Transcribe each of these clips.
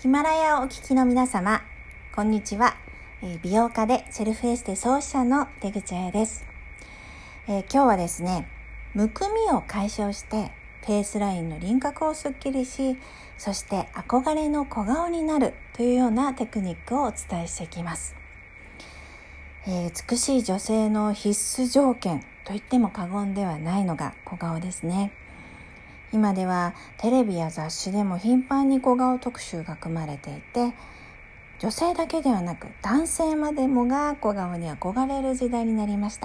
ヒマラヤをお聞きの皆様、こんにちは。美容家でセルフエステ創始者の出口彩です。今日はですね、むくみを解消してフェイスラインの輪郭をすっきりし、そして憧れの小顔になるというようなテクニックをお伝えしていきます。美しい女性の必須条件と言っても過言ではないのが小顔ですね。今ではテレビや雑誌でも頻繁に小顔特集が組まれていて、女性だけではなく男性までもが小顔に憧れる時代になりました。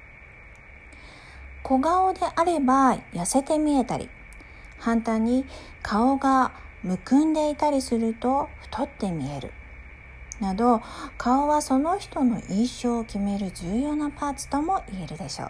小顔であれば痩せて見えたり、反対に顔がむくんでいたりすると太って見えるなど、顔はその人の印象を決める重要なパーツとも言えるでしょう。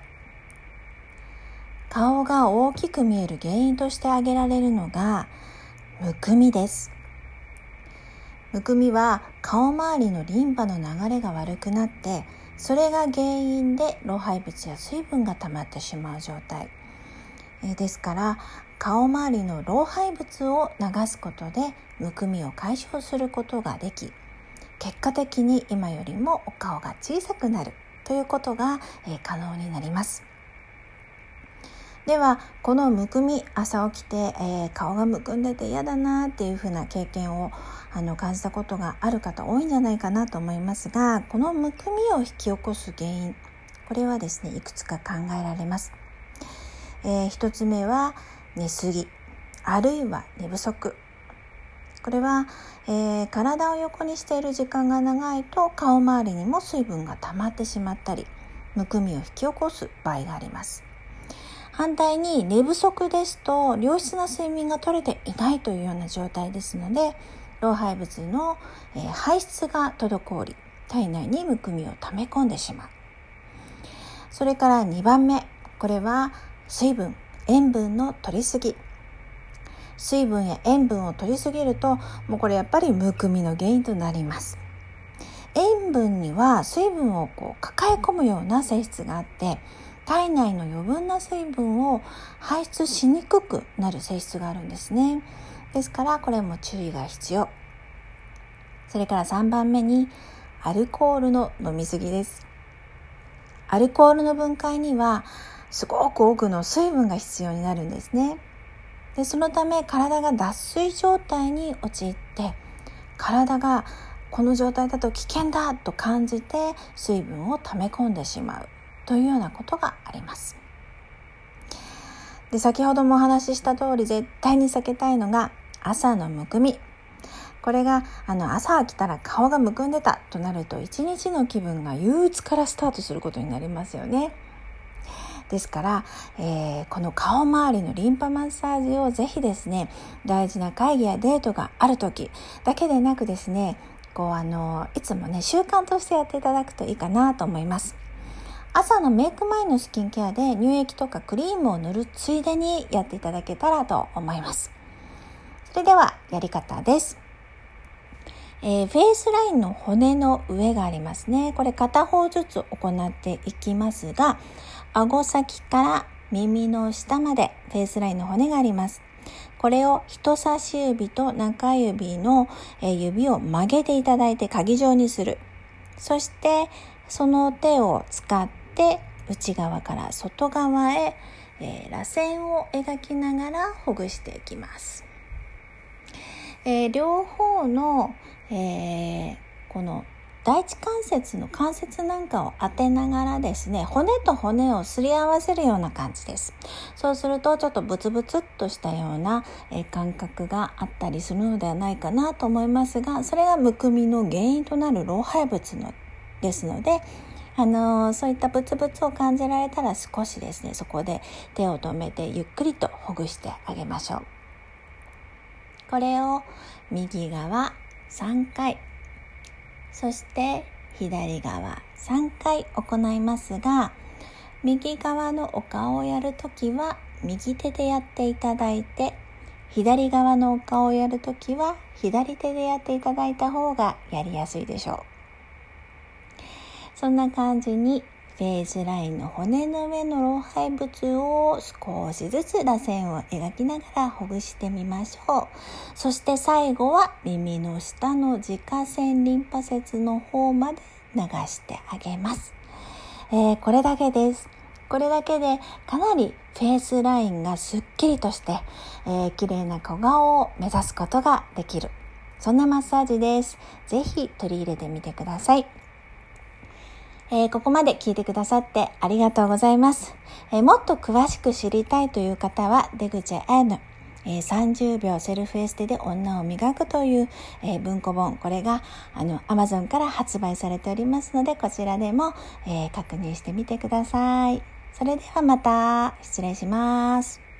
顔が大きく見える原因として挙げられるのがむくみです。むくみは顔周りのリンパの流れが悪くなって、それが原因で老廃物や水分が溜まってしまう状態ですから、顔周りの老廃物を流すことでむくみを解消することができ、結果的に今よりもお顔が小さくなるということが可能になります。では、このむくみ、朝起きて、顔がむくんでて嫌だなっていう風な経験を感じたことがある方多いんじゃないかなと思いますが、このむくみを引き起こす原因、これはですね、いくつか考えられます。一つ目は寝すぎ、あるいは寝不足。これは、体を横にしている時間が長いと顔周りにも水分が溜まってしまったり、むくみを引き起こす場合があります。反対に寝不足ですと、良質な睡眠が取れていないというような状態ですので、老廃物の排出が滞り、体内にむくみを溜め込んでしまう。それから2番目、これは水分、塩分の取りすぎ。水分や塩分を取りすぎると、もうこれやっぱりむくみの原因となります。塩分には水分を抱え込むような性質があって、体内の余分な水分を排出しにくくなる性質があるんですね。ですからこれも注意が必要。それから3番目にアルコールの飲みすぎです。アルコールの分解にはすごく多くの水分が必要になるんですね。で、そのため体が脱水状態に陥って、体がこの状態だと危険だと感じて水分を溜め込んでしまうというようなことがあります。で、先ほどもお話しした通り、絶対に避けたいのが朝のむくみ。これが朝起きたら顔がむくんでたとなると、一日の気分が憂鬱からスタートすることになりますよね。ですから、この顔周りのリンパマッサージをぜひですね、大事な会議やデートがある時だけでなくですね、いつもね、習慣としてやっていただくといいかなと思います。朝のメイク前のスキンケアで乳液とかクリームを塗るついでにやっていただけたらと思います。それではやり方です。フェイスラインの骨の上がありますね。これ片方ずつ行っていきますが、顎先から耳の下までフェイスラインの骨があります。これを人差し指と中指の指を曲げていただいて鍵状にする。そしてその手を使って内側から外側へ、螺旋を描きながらほぐしていきます。両方の、この第一関節の関節なんかを当てながらですね、骨と骨をすり合わせるような感じです。そうするとちょっとブツブツっとしたような、感覚があったりするのではないかなと思いますが、それがむくみの原因となる老廃物ですので、そういったブツブツを感じられたら少しですね、そこで手を止めてゆっくりとほぐしてあげましょう。これを右側3回、そして左側3回行いますが、右側のお顔をやるときは右手でやっていただいて、左側のお顔をやるときは左手でやっていただいた方がやりやすいでしょう。そんな感じにフェイスラインの骨の上の老廃物を少しずつ螺旋を描きながらほぐしてみましょう。そして最後は耳の下の耳下腺リンパ節の方まで流してあげます。これだけです。これだけでかなりフェイスラインがすっきりとして、綺麗な小顔を目指すことができる、そんなマッサージです。ぜひ取り入れてみてください。ここまで聞いてくださってありがとうございます。もっと詳しく知りたいという方は出口彩の30秒セルフエステで女を磨くという、文庫本、これがAmazon から発売されておりますので、こちらでも、確認してみてください。それではまた失礼します。